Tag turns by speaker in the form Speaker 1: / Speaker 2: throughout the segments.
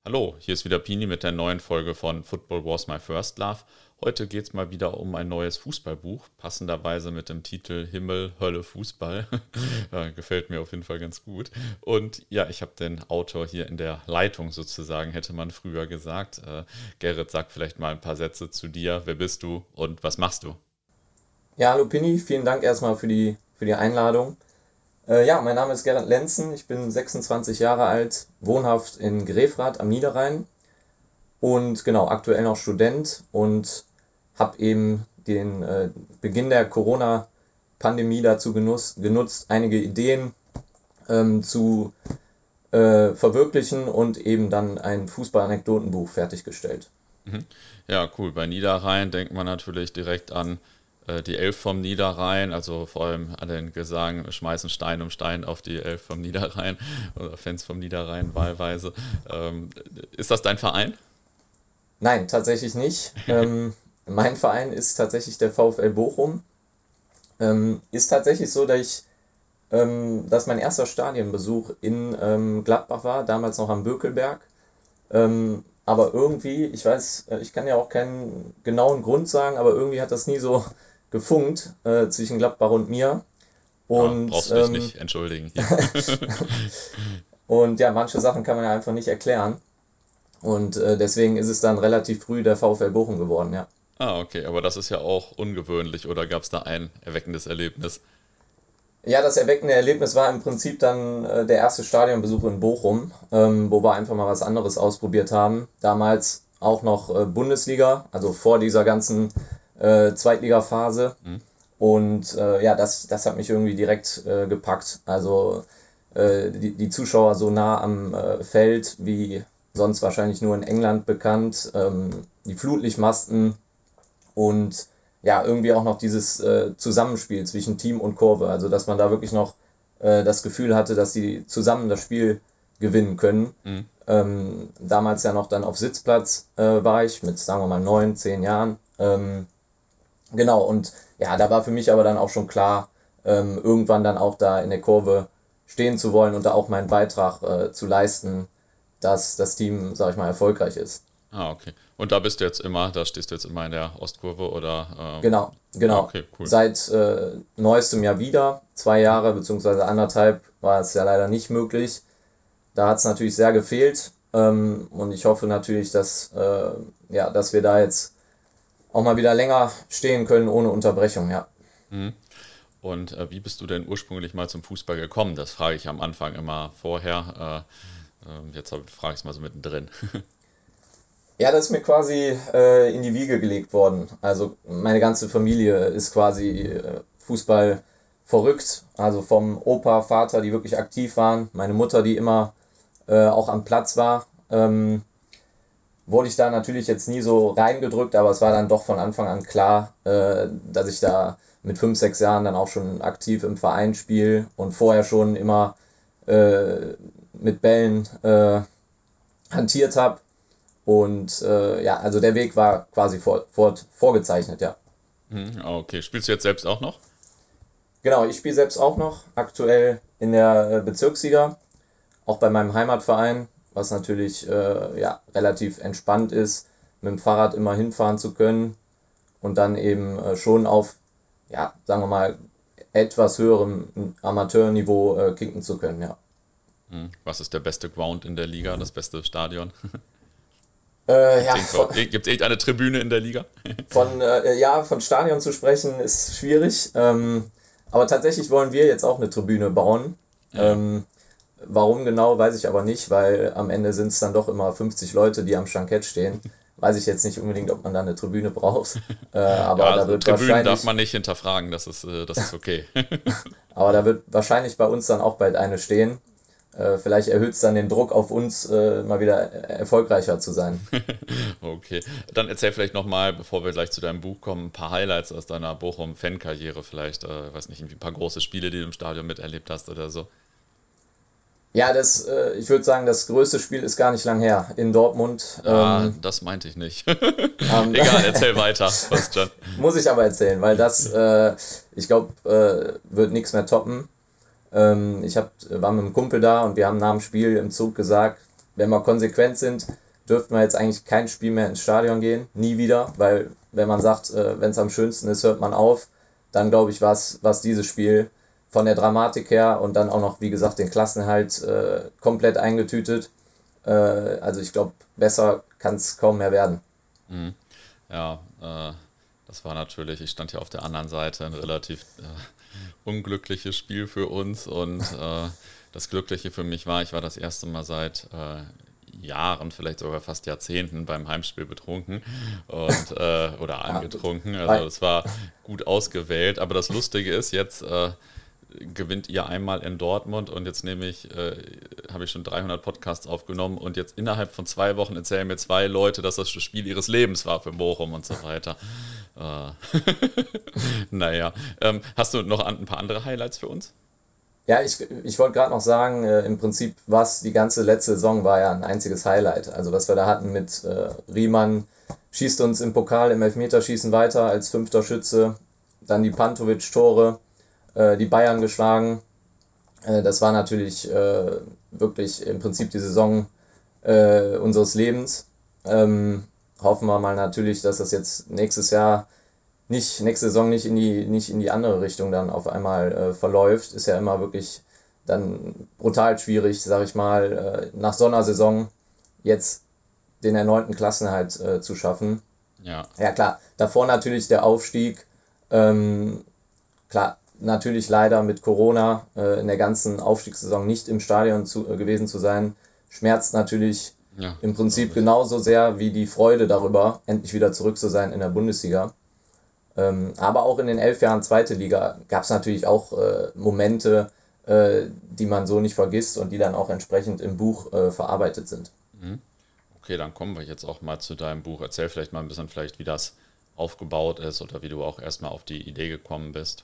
Speaker 1: Hallo, hier ist wieder Pini mit der neuen Folge von Football Was My First Love. Heute geht es mal wieder um ein neues Fußballbuch, passenderweise mit dem Titel Himmel, Hölle, Fußball. Gefällt mir auf jeden Fall ganz gut. Und ja, ich habe den Autor hier in der Leitung sozusagen, hätte man früher gesagt. Gerrit, sag vielleicht mal ein paar Sätze zu dir. Wer bist du und was machst du?
Speaker 2: Ja, hallo Pini, vielen Dank erstmal für die Einladung. Ja, mein Name ist Gerrit Lenzen, ich bin 26 Jahre alt, wohnhaft in Grefrath am Niederrhein und genau, aktuell noch Student und habe eben den Beginn der Corona-Pandemie dazu genutzt, einige Ideen zu verwirklichen und eben dann ein Fußball-Anekdotenbuch fertiggestellt.
Speaker 1: Mhm. Ja, cool. Bei Niederrhein denkt man natürlich direkt an die Elf vom Niederrhein, also vor allem an den Gesang schmeißen Stein um Stein auf die Elf vom Niederrhein oder Fans vom Niederrhein wahlweise. Ist das dein Verein?
Speaker 2: Nein, tatsächlich nicht. Mein Verein ist tatsächlich der VfL Bochum. Ist tatsächlich so, dass mein erster Stadionbesuch in Gladbach war, damals noch am Bökelberg. Aber irgendwie, ich weiß, ich kann ja auch keinen genauen Grund sagen, aber irgendwie hat das nie so gefunkt zwischen Gladbach und mir.
Speaker 1: Ja,
Speaker 2: Und,
Speaker 1: brauchst du dich nicht entschuldigen hier.
Speaker 2: und ja, manche Sachen kann man ja einfach nicht erklären. Und deswegen ist es dann relativ früh der VfL Bochum geworden, ja.
Speaker 1: Ah, okay, aber das ist ja auch ungewöhnlich, oder gab es da ein erweckendes Erlebnis?
Speaker 2: Ja, das erweckende Erlebnis war im Prinzip dann der erste Stadionbesuch in Bochum, wo wir einfach mal was anderes ausprobiert haben. Damals auch noch Bundesliga, also vor dieser ganzen Zweitligaphase.
Speaker 1: Hm?
Speaker 2: Und ja, das hat mich irgendwie direkt gepackt. Also die Zuschauer so nah am Feld wie sonst wahrscheinlich nur in England bekannt. Die Flutlichtmasten und ja, irgendwie auch noch dieses Zusammenspiel zwischen Team und Kurve. Also, dass man da wirklich noch das Gefühl hatte, dass sie zusammen das Spiel gewinnen können.
Speaker 1: Hm?
Speaker 2: Damals ja noch dann auf Sitzplatz war ich mit, sagen wir mal, 9, 10 Jahren. Genau, und ja, da war für mich aber dann auch schon klar, irgendwann dann auch da in der Kurve stehen zu wollen und da auch meinen Beitrag zu leisten, dass das Team, sag ich mal, erfolgreich ist.
Speaker 1: Ah, okay. Und da bist du jetzt immer, da stehst du jetzt immer in der Ostkurve oder
Speaker 2: Genau, genau.
Speaker 1: okay, cool.
Speaker 2: Seit neuestem Jahr wieder, 2 Jahre beziehungsweise anderthalb, war es ja leider nicht möglich. Da hat es natürlich sehr gefehlt. Und ich hoffe natürlich, ja, dass wir da jetzt auch mal wieder länger stehen können ohne Unterbrechung, ja.
Speaker 1: Mhm. Und wie bist du denn ursprünglich mal zum Fußball gekommen? Das frage ich am Anfang immer vorher. Jetzt frage ich es mal so mittendrin.
Speaker 2: Ja, das ist mir quasi in die Wiege gelegt worden. Also meine ganze Familie ist quasi Fußball verrückt. Also vom Opa, Vater, die wirklich aktiv waren, meine Mutter, die immer auch am Platz war. Wurde ich da natürlich jetzt nie so reingedrückt, aber es war dann doch von Anfang an klar, dass ich da mit 5, 6 Jahren dann auch schon aktiv im Verein spiele und vorher schon immer äh, mit Bällen hantiert habe. Und ja, also der Weg war quasi vorgezeichnet, ja.
Speaker 1: Mhm, ah, okay. Spielst du jetzt selbst auch noch?
Speaker 2: Genau, ich spiele selbst auch noch aktuell in der Bezirksliga, auch bei meinem Heimatverein, was natürlich ja, relativ entspannt ist, mit dem Fahrrad immer hinfahren zu können und dann eben schon auf, ja, sagen wir mal, etwas höherem Amateurniveau kicken zu können, ja.
Speaker 1: Mhm. Was ist der beste Ground in der Liga, das beste Stadion?
Speaker 2: Ja,
Speaker 1: Gibt es irgendeine Tribüne in der Liga?
Speaker 2: ja, von Stadion zu sprechen ist schwierig, aber tatsächlich wollen wir jetzt auch eine Tribüne bauen.
Speaker 1: Ja.
Speaker 2: Ähm, Warum genau, weiß ich aber nicht, weil am Ende sind es dann doch immer 50 Leute, die am Stankett stehen. Weiß ich jetzt nicht unbedingt, ob man da eine Tribüne braucht,
Speaker 1: Ja,
Speaker 2: aber da
Speaker 1: also
Speaker 2: wird
Speaker 1: Tribünen darf
Speaker 2: wahrscheinlich,
Speaker 1: man nicht hinterfragen, das ist okay.
Speaker 2: bei uns dann auch bald eine stehen. Vielleicht erhöht es dann den Druck auf uns, mal wieder erfolgreicher zu sein.
Speaker 1: Okay. Dann erzähl vielleicht nochmal, bevor wir gleich zu deinem Buch kommen, ein paar Highlights aus deiner Bochum-Fankarriere vielleicht. Weiß nicht, irgendwie ein paar große Spiele, die du im Stadion miterlebt hast oder so.
Speaker 2: Ja, ich würde sagen, das größte Spiel ist gar nicht lang her in Dortmund.
Speaker 1: Ah, das meinte ich nicht.
Speaker 2: Ähm,
Speaker 1: Egal, erzähl weiter. Passt schon.
Speaker 2: Muss ich aber erzählen, weil ich glaube, wird nichts mehr toppen. War mit einem Kumpel da und wir haben nach dem Spiel im Zug gesagt, wenn wir konsequent sind, dürften wir jetzt eigentlich kein Spiel mehr ins Stadion gehen, nie wieder, weil wenn man sagt, wenn es am schönsten ist, hört man auf, dann glaube ich, was dieses Spiel von der Dramatik her und dann auch noch, wie gesagt, den Klassenerhalt komplett eingetütet. Also ich glaube, besser kann es kaum mehr werden.
Speaker 1: Mhm. Ja, das war natürlich, ich stand ja auf der anderen Seite, ein relativ unglückliches Spiel für uns und das Glückliche für mich war, ich war das erste Mal seit Jahren, vielleicht sogar fast Jahrzehnten beim Heimspiel betrunken und oder
Speaker 2: Ja,
Speaker 1: angetrunken. Also
Speaker 2: weil,
Speaker 1: es war gut ausgewählt. Aber das Lustige ist, jetzt gewinnt ihr einmal in Dortmund und jetzt habe ich schon 300 Podcasts aufgenommen und jetzt innerhalb von 2 Wochen erzählen mir 2 Leute, dass das Spiel ihres Lebens war für Bochum und so weiter. Naja, hast du noch ein paar andere Highlights für uns?
Speaker 2: ja, ich wollte gerade noch sagen, im Prinzip die ganze letzte Saison war ja ein einziges Highlight. Also was wir da hatten mit Riemann schießt uns im Pokal im Elfmeterschießen weiter als 5. Schütze, dann die Pantovic-Tore, die Bayern geschlagen. Das war natürlich wirklich im Prinzip die Saison unseres Lebens. Ähm, Hoffen wir mal natürlich, dass das jetzt nächste Saison nicht in die andere Richtung dann auf einmal verläuft. Ist ja immer wirklich dann brutal schwierig, sag ich mal, nach so einer Saison jetzt den erneuten Klassenerhalt zu schaffen.
Speaker 1: Ja,
Speaker 2: Ja klar, davor natürlich der Aufstieg. Ähm, Klar, natürlich leider mit Corona in der ganzen Aufstiegssaison nicht im Stadion gewesen zu sein, schmerzt natürlich
Speaker 1: ja,
Speaker 2: im
Speaker 1: das
Speaker 2: Prinzip
Speaker 1: glaube ich.
Speaker 2: genauso sehr wie die Freude darüber, endlich wieder zurück zu sein in der Bundesliga. Aber auch in den 11 Jahren zweite Liga gab es natürlich auch Momente, die man so nicht vergisst und die dann auch entsprechend im Buch verarbeitet sind.
Speaker 1: Mhm. Okay, dann kommen wir jetzt auch mal zu deinem Buch. Erzähl vielleicht mal ein bisschen vielleicht, wie das aufgebaut ist oder wie du auch erstmal auf die Idee gekommen bist.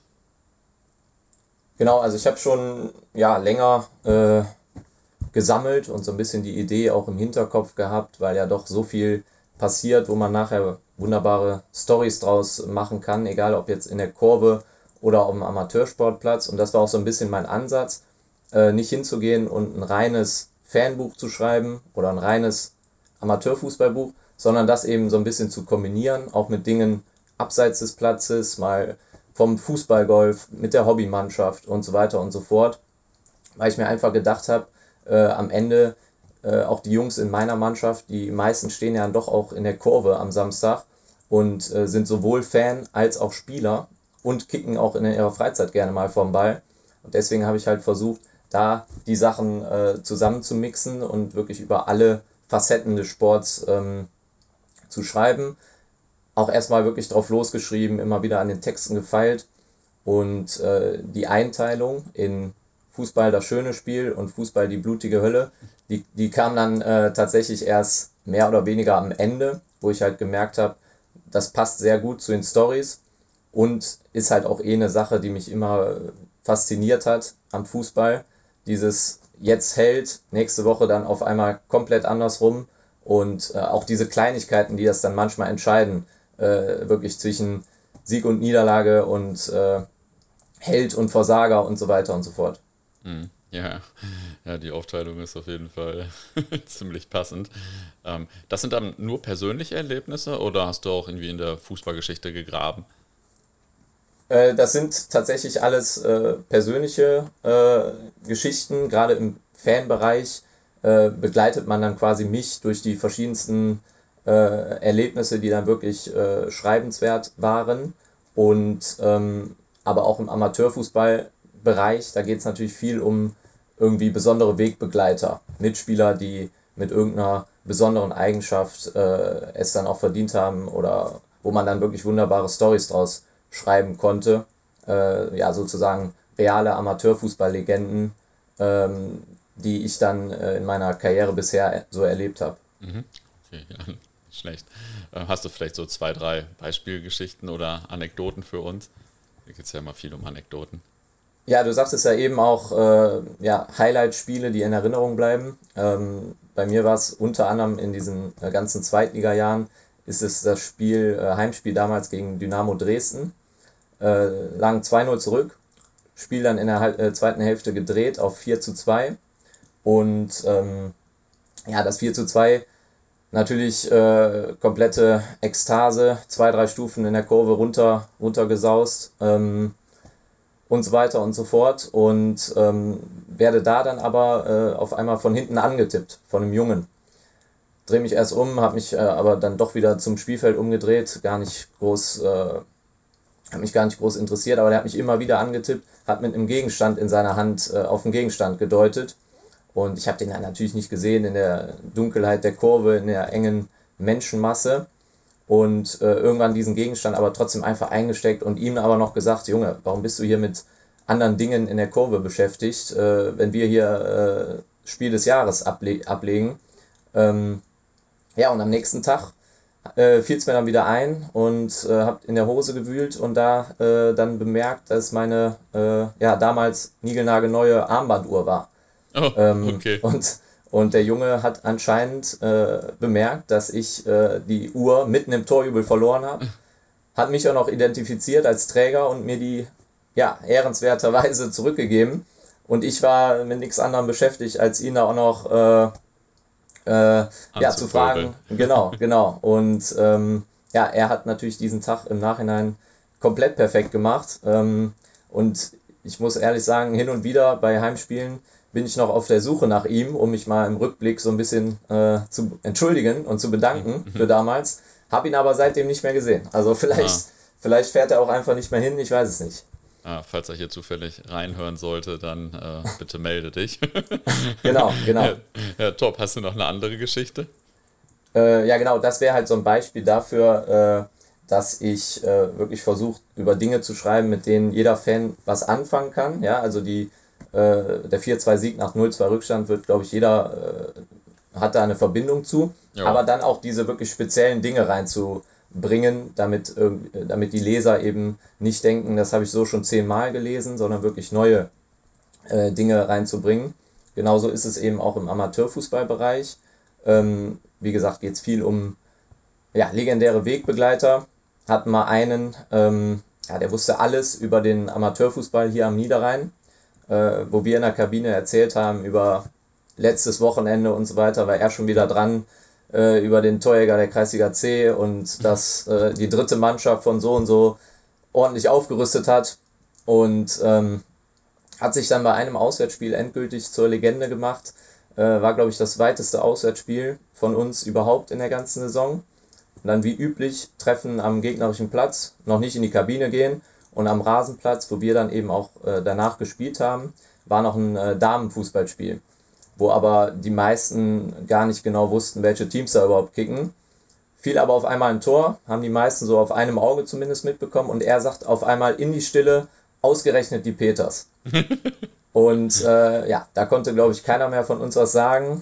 Speaker 2: Genau, also ich habe schon ja, länger gesammelt und so ein bisschen die Idee auch im Hinterkopf gehabt, weil ja doch so viel passiert, wo man nachher wunderbare Stories draus machen kann, egal ob jetzt in der Kurve oder auf dem Amateursportplatz. Und das war auch so ein bisschen mein Ansatz, nicht hinzugehen und ein reines Fanbuch zu schreiben oder ein reines Amateurfußballbuch, sondern das eben so ein bisschen zu kombinieren, auch mit Dingen abseits des Platzes, mal vom Fußballgolf mit der Hobbymannschaft und so weiter und so fort, weil ich mir einfach gedacht habe, am Ende auch die Jungs in meiner Mannschaft, die meisten stehen ja doch auch in der Kurve am Samstag und sind sowohl Fan als auch Spieler und kicken auch in ihrer Freizeit gerne mal vorm Ball. Und deswegen habe ich halt versucht, da die Sachen zusammen zu mixen und wirklich über alle Facetten des Sports zu schreiben. Auch erstmal wirklich drauf losgeschrieben, immer wieder an den Texten gefeilt und die Einteilung in Fußball das schöne Spiel und Fußball die blutige Hölle, die kam dann tatsächlich erst mehr oder weniger am Ende, wo ich halt gemerkt habe, das passt sehr gut zu den Stories und ist halt auch eine Sache, die mich immer fasziniert hat am Fußball. Dieses jetzt hält, nächste Woche dann auf einmal komplett andersrum und auch diese Kleinigkeiten, die das dann manchmal entscheiden, wirklich zwischen Sieg und Niederlage und Held und Versager und so weiter und so fort.
Speaker 1: Mhm. Ja, ja, die Aufteilung ist auf jeden Fall ziemlich passend. Das sind dann nur persönliche Erlebnisse oder hast du auch irgendwie in der Fußballgeschichte gegraben?
Speaker 2: Das sind tatsächlich alles persönliche Geschichten. Gerade im Fanbereich begleitet man dann quasi mich durch die verschiedensten Erlebnisse, die dann wirklich schreibenswert waren. Und aber auch im Amateurfußballbereich, da geht es natürlich viel um irgendwie besondere Wegbegleiter, Mitspieler, die mit irgendeiner besonderen Eigenschaft es dann auch verdient haben oder wo man dann wirklich wunderbare Stories draus schreiben konnte. Ja, sozusagen reale Amateurfußballlegenden, die ich dann in meiner Karriere bisher so erlebt habe.
Speaker 1: Mhm. Okay, ja, nicht schlecht. Hast du vielleicht so 2, 3 Beispielgeschichten oder Anekdoten für uns? Hier geht es ja immer viel um Anekdoten.
Speaker 2: Ja, du sagtest ja eben auch, ja, Highlight-Spiele, die in Erinnerung bleiben. Bei mir war es unter anderem in diesen ganzen Zweitliga-Jahren, ist es das Heimspiel damals gegen Dynamo Dresden. Lagen 2-0 zurück, Spiel dann in der zweiten Hälfte gedreht auf 4:2 und Ja, das 4:2, natürlich komplette Ekstase, 2, 3 Stufen in der Kurve runtergesaust, und so weiter und so fort. Und werde da dann aber auf einmal von hinten angetippt, von einem Jungen. Drehe mich erst um, habe mich aber dann doch wieder zum Spielfeld umgedreht, hat mich gar nicht groß interessiert, aber der hat mich immer wieder angetippt, hat mit einem Gegenstand in seiner Hand auf den Gegenstand gedeutet. Und ich habe den dann natürlich nicht gesehen in der Dunkelheit der Kurve, in der engen Menschenmasse. Und irgendwann diesen Gegenstand aber trotzdem einfach eingesteckt und ihm aber noch gesagt: Junge, warum bist du hier mit anderen Dingen in der Kurve beschäftigt, wenn wir hier Spiel des Jahres ablegen? Ja, und am nächsten Tag fiel es mir dann wieder ein und habe in der Hose gewühlt und da dann bemerkt, dass meine ja, damals niegelnagelneue Armbanduhr war.
Speaker 1: Oh,
Speaker 2: Ähm,
Speaker 1: okay.
Speaker 2: und, und der Junge hat anscheinend bemerkt, dass ich die Uhr mitten im Torjubel verloren habe, hat mich auch noch identifiziert als Träger und mir die ja, ehrenswerterweise zurückgegeben. Und ich war mit nichts anderem beschäftigt, als ihn da auch noch ja, zu
Speaker 1: Anzukurbeln.
Speaker 2: fragen. Genau, genau. Und ja, er hat natürlich diesen Tag im Nachhinein komplett perfekt gemacht. Und ich muss ehrlich sagen, hin und wieder bei Heimspielen bin ich noch auf der Suche nach ihm, um mich mal im Rückblick so ein bisschen zu entschuldigen und zu bedanken für damals. Hab ihn aber seitdem nicht mehr gesehen. Also
Speaker 1: Ah,
Speaker 2: vielleicht fährt er auch einfach nicht mehr hin, ich weiß es nicht.
Speaker 1: falls er hier zufällig reinhören sollte, dann bitte melde dich.
Speaker 2: Genau,
Speaker 1: Ja,
Speaker 2: genau.
Speaker 1: ja, top. Hast du noch eine andere Geschichte?
Speaker 2: Ja, genau, das wäre halt so ein Beispiel dafür, dass ich wirklich versuche, über Dinge zu schreiben, mit denen jeder Fan was anfangen kann. Ja, also der 4:2 Sieg nach 0:2 Rückstand wird, glaube ich, jeder hat da eine Verbindung zu.
Speaker 1: Ja.
Speaker 2: Aber dann auch diese wirklich speziellen Dinge reinzubringen, damit die Leser eben nicht denken, das habe ich so schon 10-mal gelesen, sondern wirklich neue Dinge reinzubringen. Genauso ist es eben auch im Amateurfußballbereich. Wie gesagt, geht es viel um ja, legendäre Wegbegleiter. Hatten mal einen, ja, der wusste alles über den Amateurfußball hier am Niederrhein, wo wir in der Kabine erzählt haben über letztes Wochenende und so weiter, war er schon wieder dran über den Torjäger der Kreisliga C und dass die dritte Mannschaft von so und so ordentlich aufgerüstet hat und hat sich dann bei einem Auswärtsspiel endgültig zur Legende gemacht. War, glaube ich, das weiteste Auswärtsspiel von uns überhaupt in der ganzen Saison. Und dann wie üblich Treffen am gegnerischen Platz, noch nicht in die Kabine gehen. Und am Rasenplatz, wo wir dann eben auch danach gespielt haben, war noch ein Damenfußballspiel, wo aber die meisten gar nicht genau wussten, welche Teams da überhaupt kicken. Fiel aber auf einmal ein Tor, haben die meisten so auf einem Auge zumindest mitbekommen und er sagt auf einmal in die Stille, ausgerechnet die Peters. Und ja, da konnte, glaube ich, keiner mehr von uns was sagen.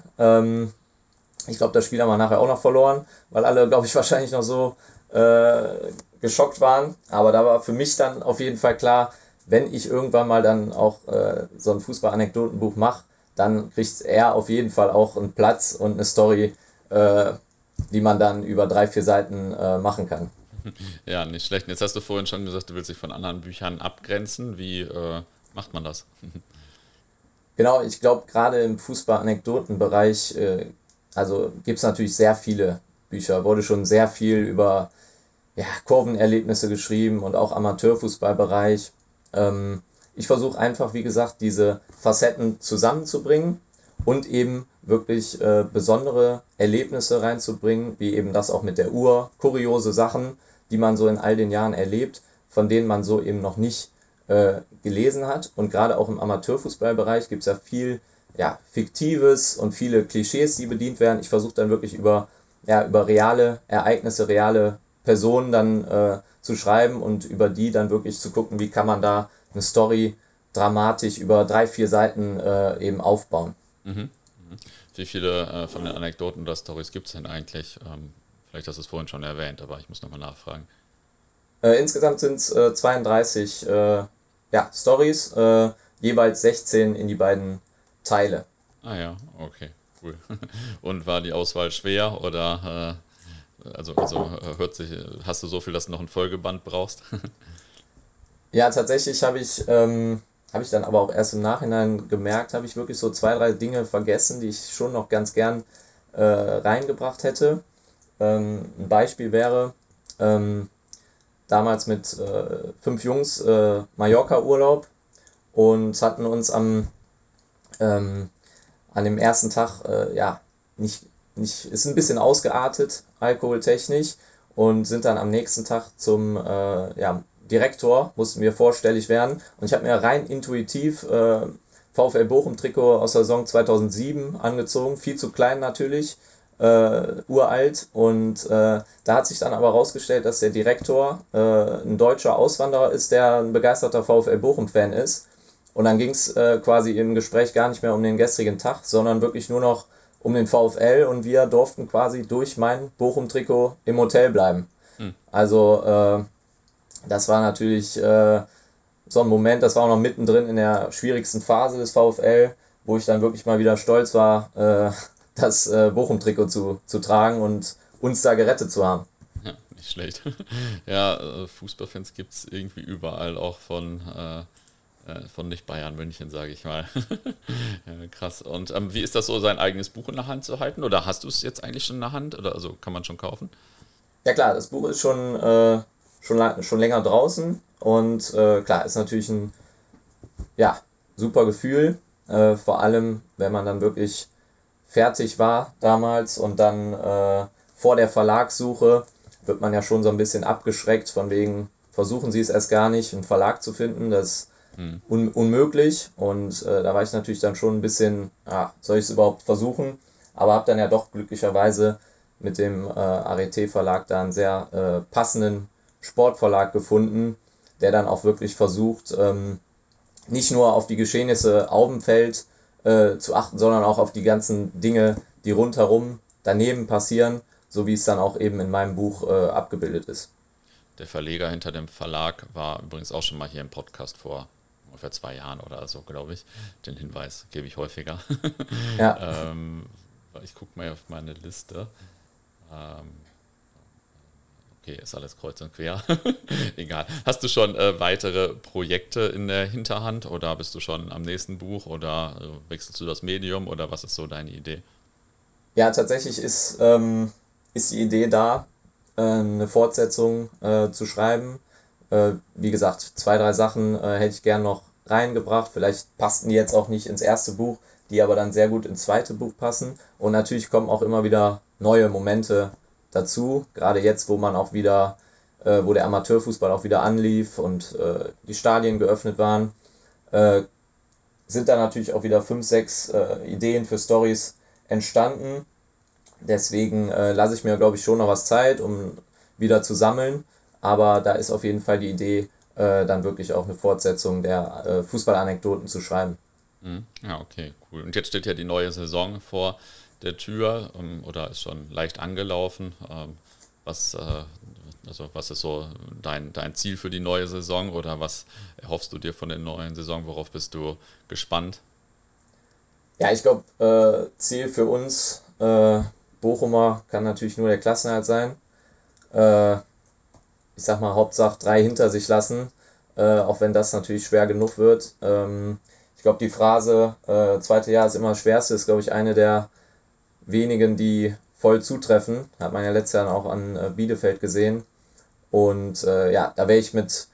Speaker 2: Ich glaube, das Spiel haben wir nachher auch noch verloren, weil alle, glaube ich, wahrscheinlich noch so geschockt waren. Aber da war für mich dann auf jeden Fall klar, wenn ich irgendwann mal dann auch so ein Fußball-Anekdotenbuch mache, dann kriegt er auf jeden Fall auch einen Platz und eine Story, die man dann über 3, 4 Seiten machen kann.
Speaker 1: Ja, nicht schlecht. Jetzt hast du vorhin schon gesagt, du willst dich von anderen Büchern abgrenzen. Wie macht man das?
Speaker 2: Genau, ich glaube, gerade im Fußball-Anekdotenbereich, also gibt es natürlich sehr viele Bücher, wurde schon sehr viel über ja, Kurvenerlebnisse geschrieben und auch Amateurfußballbereich. Ich versuche einfach, wie gesagt, diese Facetten zusammenzubringen und eben wirklich besondere Erlebnisse reinzubringen, wie eben das auch mit der Uhr, kuriose Sachen, die man so in all den Jahren erlebt, von denen man so eben noch nicht gelesen hat. Und gerade auch im Amateurfußballbereich gibt es ja viel ja, Fiktives und viele Klischees, die bedient werden. Ich versuche dann wirklich über reale Ereignisse, reale Personen dann zu schreiben und über die dann wirklich zu gucken, wie kann man da eine Story dramatisch über 3, 4 Seiten eben aufbauen.
Speaker 1: Mhm. Wie viele von den Anekdoten oder Stories gibt es denn eigentlich? Vielleicht hast du es vorhin schon erwähnt, aber ich muss nochmal nachfragen.
Speaker 2: Insgesamt sind es 32 ja, Stories, jeweils 16 in die beiden Teile.
Speaker 1: Ah ja, okay, cool. Und war die Auswahl schwer oder hast du so viel, dass du noch ein Folgeband brauchst?
Speaker 2: Ja, tatsächlich habe ich dann aber auch erst im Nachhinein gemerkt, habe ich wirklich so 2, 3 Dinge vergessen, die ich schon noch ganz gern reingebracht hätte. Ein Beispiel wäre, damals mit 5 Jungs Mallorca-Urlaub und hatten uns an dem ersten Tag, ist ein bisschen ausgeartet, alkoholtechnisch, und sind dann am nächsten Tag zum Direktor, mussten wir vorstellig werden. Und ich habe mir rein intuitiv VfL Bochum-Trikot aus der Saison 2007 angezogen, viel zu klein natürlich, uralt. Und da hat sich dann aber herausgestellt, dass der Direktor ein deutscher Auswanderer ist, der ein begeisterter VfL Bochum-Fan ist. Und dann ging es quasi im Gespräch gar nicht mehr um den gestrigen Tag, sondern wirklich nur noch um den VfL, und wir durften quasi durch mein Bochum-Trikot im Hotel bleiben. Also das war natürlich so ein Moment, das war auch noch mittendrin in der schwierigsten Phase des VfL, wo ich dann wirklich mal wieder stolz war, das Bochum-Trikot zu tragen und uns da gerettet zu haben.
Speaker 1: Ja, nicht schlecht. Ja, Fußballfans gibt es irgendwie überall, auch von nicht Bayern München, sage ich mal. Ja, krass. Und wie ist das so, sein eigenes Buch in der Hand zu halten? Oder hast du es jetzt eigentlich schon in der Hand? Oder also kann man schon kaufen?
Speaker 2: Ja klar, das Buch ist schon länger draußen, und klar, ist natürlich ein super Gefühl, vor allem wenn man dann wirklich fertig war damals, und dann vor der Verlagssuche wird man ja schon so ein bisschen abgeschreckt, von wegen, versuchen Sie es erst gar nicht, einen Verlag zu finden, das ist unmöglich, und da war ich natürlich dann schon ein bisschen, soll ich es überhaupt versuchen, aber habe dann ja doch glücklicherweise mit dem Arete-Verlag da einen sehr passenden Sportverlag gefunden, der dann auch wirklich versucht, nicht nur auf die Geschehnisse auf dem Feld zu achten, sondern auch auf die ganzen Dinge, die rundherum daneben passieren, so wie es dann auch eben in meinem Buch abgebildet ist.
Speaker 1: Der Verleger hinter dem Verlag war übrigens auch schon mal hier im Podcast vor ungefähr 2 Jahren oder so, glaube ich. Den Hinweis gebe ich häufiger.
Speaker 2: Ja.
Speaker 1: Ich gucke mal auf meine Liste. Okay, ist alles kreuz und quer. Egal. Hast du schon weitere Projekte in der Hinterhand, oder bist du schon am nächsten Buch, oder wechselst du das Medium, oder was ist so deine Idee?
Speaker 2: Ja, tatsächlich ist die Idee da, eine Fortsetzung zu schreiben. Wie gesagt, 2, 3 Sachen hätte ich gern noch reingebracht. Vielleicht passten die jetzt auch nicht ins erste Buch, die aber dann sehr gut ins zweite Buch passen. Und natürlich kommen auch immer wieder neue Momente dazu, gerade jetzt, wo man auch wieder, wo der Amateurfußball auch wieder anlief und die Stadien geöffnet waren, sind da natürlich auch wieder 5, 6 Ideen für Storys entstanden. Deswegen lasse ich mir, glaube ich, schon noch was Zeit, um wieder zu sammeln. Aber da ist auf jeden Fall die Idee, dann wirklich auch eine Fortsetzung der Fußballanekdoten zu schreiben.
Speaker 1: Ja, okay, cool. Und jetzt steht ja die neue Saison vor der Tür, oder ist schon leicht angelaufen. Was ist so dein Ziel für die neue Saison, oder was erhoffst du dir von der neuen Saison? Worauf bist du gespannt?
Speaker 2: Ja, ich glaube, Ziel für uns Bochumer kann natürlich nur der Klassenerhalt sein. Ich sag mal, Hauptsache 3 hinter sich lassen, auch wenn das natürlich schwer genug wird. Ich glaube, die Phrase, zweite Jahr ist immer das Schwerste, ist, glaube ich, eine der wenigen, die voll zutreffen. Hat man ja letztes Jahr auch an Bielefeld gesehen. Und da wäre ich mit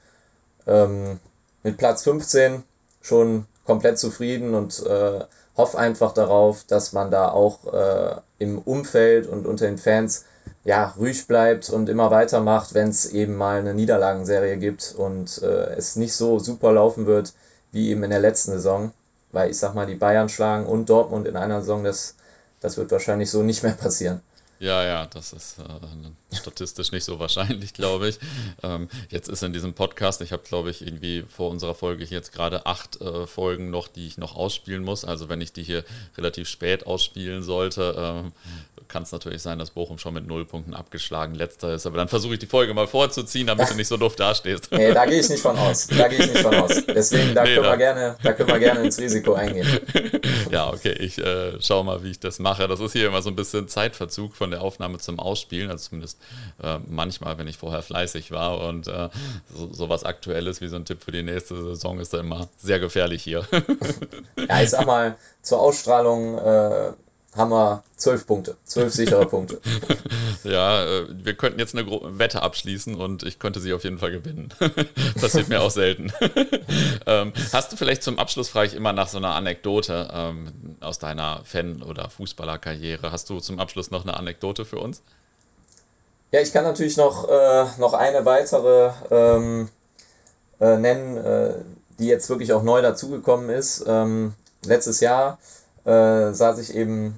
Speaker 2: Platz 15 schon komplett zufrieden und hoffe einfach darauf, dass man da auch im Umfeld und unter den Fans ruhig bleibt und immer weitermacht, wenn es eben mal eine Niederlagenserie gibt und es nicht so super laufen wird wie eben in der letzten Saison. Weil ich sag mal, die Bayern schlagen und Dortmund in einer Saison, das wird wahrscheinlich so nicht mehr passieren.
Speaker 1: Ja, das ist statistisch nicht so wahrscheinlich, glaube ich. Jetzt ist in diesem Podcast, ich habe, glaube ich, irgendwie vor unserer Folge hier jetzt gerade 8 Folgen noch, die ich noch ausspielen muss. Also wenn ich die hier relativ spät ausspielen sollte, kann es natürlich sein, dass Bochum schon mit 0 Punkten abgeschlagen letzter ist. Aber dann versuche ich die Folge mal vorzuziehen, damit du nicht so doof dastehst.
Speaker 2: Nee, da gehe ich nicht von aus. Deswegen, können wir gerne ins Risiko eingehen.
Speaker 1: Ja, okay, ich schaue mal, wie ich das mache. Das ist hier immer so ein bisschen Zeitverzug von der Aufnahme zum Ausspielen, also zumindest manchmal, wenn ich vorher fleißig war, und so was Aktuelles wie so ein Tipp für die nächste Saison ist da immer sehr gefährlich hier.
Speaker 2: Ja, ich sag mal, zur Ausstrahlung haben wir 12 Punkte, 12 sichere Punkte.
Speaker 1: Ja, wir könnten jetzt eine Wette abschließen und ich könnte sie auf jeden Fall gewinnen. Passiert mir auch selten. Hast du vielleicht zum Abschluss, frage ich immer nach so einer Anekdote aus deiner Fan- oder Fußballerkarriere, hast du zum Abschluss noch eine Anekdote für uns?
Speaker 2: Ja, ich kann natürlich noch eine weitere nennen, die jetzt wirklich auch neu dazugekommen ist. Letztes Jahr saß ich eben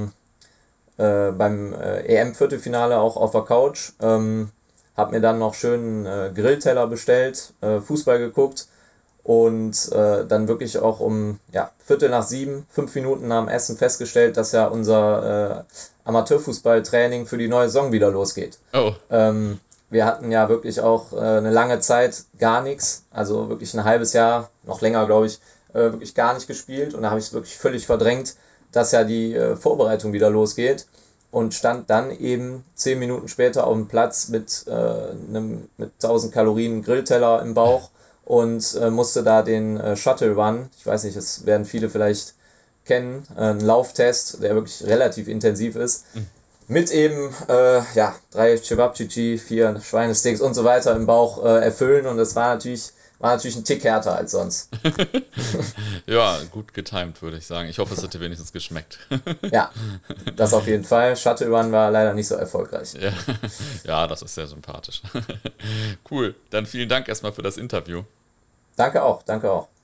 Speaker 2: beim EM-Viertelfinale auch auf der Couch, habe mir dann noch schön Grillteller bestellt, Fußball geguckt und dann wirklich auch um Viertel nach 7, 5 Minuten nach dem Essen festgestellt, dass ja unser Amateurfußballtraining für die neue Saison wieder losgeht.
Speaker 1: Oh.
Speaker 2: Wir hatten ja wirklich auch eine lange Zeit gar nichts, also wirklich ein halbes Jahr, noch länger glaube ich, wirklich gar nicht gespielt und da habe ich es wirklich völlig verdrängt, dass ja die Vorbereitung wieder losgeht und stand dann eben 10 Minuten später auf dem Platz mit 1000 Kalorien Grillteller im Bauch und musste da den Shuttle Run, ich weiß nicht, das werden viele vielleicht kennen, einen Lauftest, der wirklich relativ intensiv ist, mit eben 3 Cevapcici, 4 Schweinesteaks und so weiter im Bauch erfüllen und das war natürlich ein Tick härter als sonst.
Speaker 1: Ja, gut getimt, würde ich sagen. Ich hoffe, es hat dir wenigstens geschmeckt.
Speaker 2: Ja, das auf jeden Fall. Shuttle Run war leider nicht so erfolgreich.
Speaker 1: Ja, das ist sehr sympathisch. Cool, dann vielen Dank erstmal für das Interview.
Speaker 2: Danke auch, danke auch.